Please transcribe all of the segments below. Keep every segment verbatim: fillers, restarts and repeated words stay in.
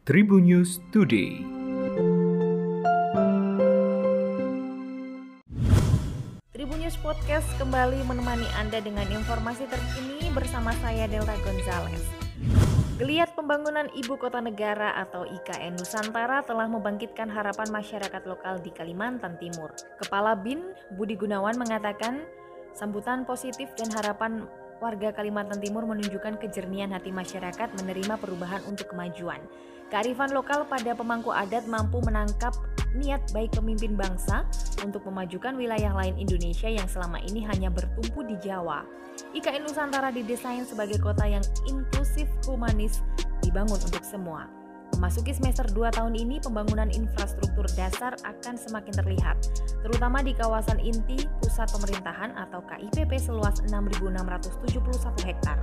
Tribun News Today. Tribun News Podcast kembali menemani Anda dengan informasi terkini bersama saya Delta Gonzales. Geliat pembangunan Ibu Kota Negara atau I K N Nusantara telah membangkitkan harapan masyarakat lokal di Kalimantan Timur. Kepala B I N Budi Gunawan mengatakan sambutan positif dan harapan warga Kalimantan Timur menunjukkan kejernihan hati masyarakat menerima perubahan untuk kemajuan. Kearifan lokal pada pemangku adat mampu menangkap niat baik pemimpin bangsa untuk memajukan wilayah lain Indonesia yang selama ini hanya bertumpu di Jawa. I K N Nusantara didesain sebagai kota yang inklusif, humanis, dibangun untuk semua. Memasuki semester dua tahun ini, pembangunan infrastruktur dasar akan semakin terlihat, terutama di kawasan inti pusat pemerintahan atau K I P P seluas enam ribu enam ratus tujuh puluh satu hektar.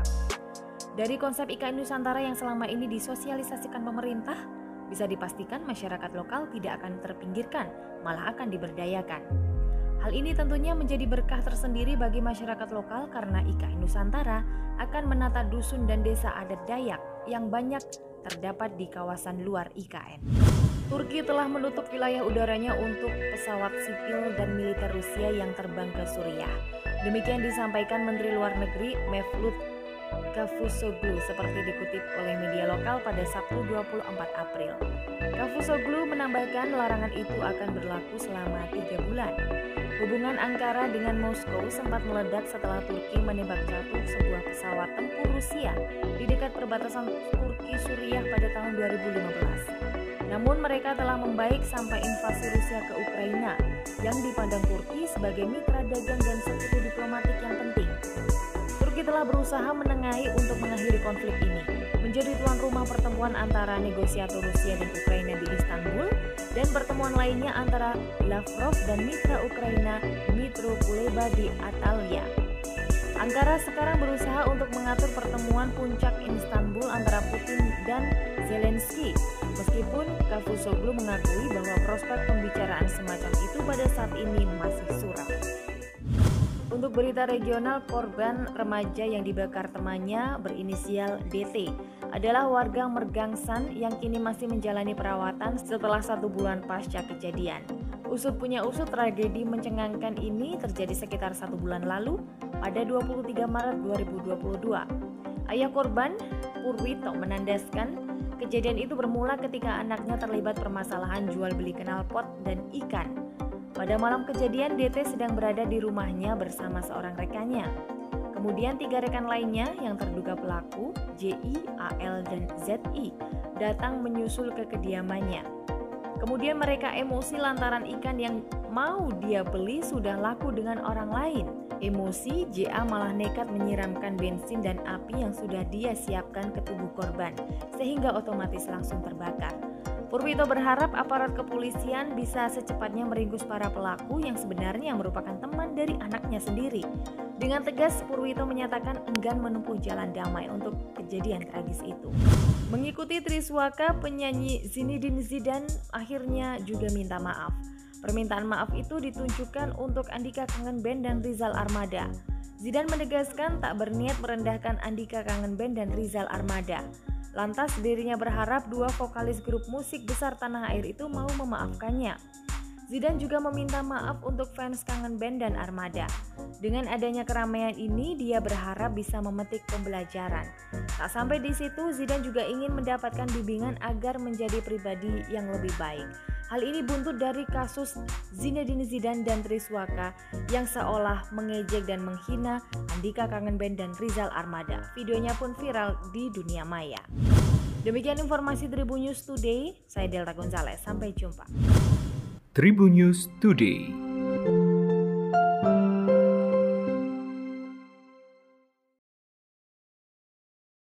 Dari konsep I K N Nusantara yang selama ini disosialisasikan pemerintah, bisa dipastikan masyarakat lokal tidak akan terpinggirkan, malah akan diberdayakan. Hal ini tentunya menjadi berkah tersendiri bagi masyarakat lokal karena I K N Nusantara akan menata dusun dan desa adat Dayak yang banyak terdapat di kawasan luar I K N. Turki telah menutup wilayah udaranya untuk pesawat sipil dan militer Rusia yang terbang ke Suriah. Demikian disampaikan Menteri Luar Negeri Mevlut Cavusoglu seperti dikutip oleh media lokal pada Sabtu dua puluh empat April. Cavusoglu menambahkan larangan itu akan berlaku selama tiga bulan. Hubungan Ankara dengan Moskow sempat meledak setelah Turki menembak jatuh sebuah pesawat tempur Rusia di dekat perbatasan Turki-Suriah pada tahun dua ribu lima belas. Namun mereka telah membaik sampai invasi Rusia ke Ukraina yang dipandang Turki sebagai mitra dagang dan sekutu diplomatik yang penting. Turki telah berusaha menengahi untuk mengakhiri konflik ini, menjadi tuan rumah pertemuan antara negosiator Rusia dan Ukraina di Istanbul dan pertemuan lainnya antara Lavrov dan mitra Ukraina Dmytro Kuleba di Antalya. Ankara sekarang berusaha untuk mengatur pertemuan puncak Istanbul antara Putin dan Zelensky, meskipun Cavusoglu mengakui bahwa prospek pembicaraan semacam itu pada saat ini masih suram. Untuk berita regional, korban remaja yang dibakar temannya berinisial D T adalah warga Mergangsan yang kini masih menjalani perawatan setelah satu bulan pasca kejadian. Usut punya usut, tragedi mencengangkan ini terjadi sekitar satu bulan lalu pada dua puluh tiga Maret dua ribu dua puluh dua. Ayah korban, Purwito, menandaskan kejadian itu bermula ketika anaknya terlibat permasalahan jual beli knalpot dan ikan. Pada malam kejadian, D T sedang berada di rumahnya bersama seorang rekannya. Kemudian tiga rekan lainnya yang terduga pelaku, J I, A L, dan Z I, datang menyusul ke kediamannya. Kemudian mereka emosi lantaran ikan yang mau dia beli sudah laku dengan orang lain. Emosi, J A malah nekat menyiramkan bensin dan api yang sudah dia siapkan ke tubuh korban, sehingga otomatis langsung terbakar. Purwito berharap aparat kepolisian bisa secepatnya meringkus para pelaku yang sebenarnya merupakan teman dari anaknya sendiri. Dengan tegas, Purwito menyatakan enggan menempuh jalan damai untuk kejadian tragis itu. Mengikuti Triswaka, penyanyi Zinedine Zidane akhirnya juga minta maaf. Permintaan maaf itu ditunjukkan untuk Andika Kangen Band dan Rizal Armada. Zidane menegaskan tak berniat merendahkan Andika Kangen Band dan Rizal Armada. Lantas dirinya berharap dua vokalis grup musik besar tanah air itu mau memaafkannya. Zidane juga meminta maaf untuk fans Kangen Band dan Armada. Dengan adanya keramaian ini, dia berharap bisa memetik pembelajaran. Tak sampai di situ, Zidane juga ingin mendapatkan bimbingan agar menjadi pribadi yang lebih baik. Hal ini buntut dari kasus Zinedine Zidane dan Triswaka yang seolah mengejek dan menghina Andika Kangen Band dan Rizal Armada. Videonya pun viral di dunia maya. Demikian informasi Tribun News Today, saya Delta Gonzales. Sampai jumpa. Tribun News Today.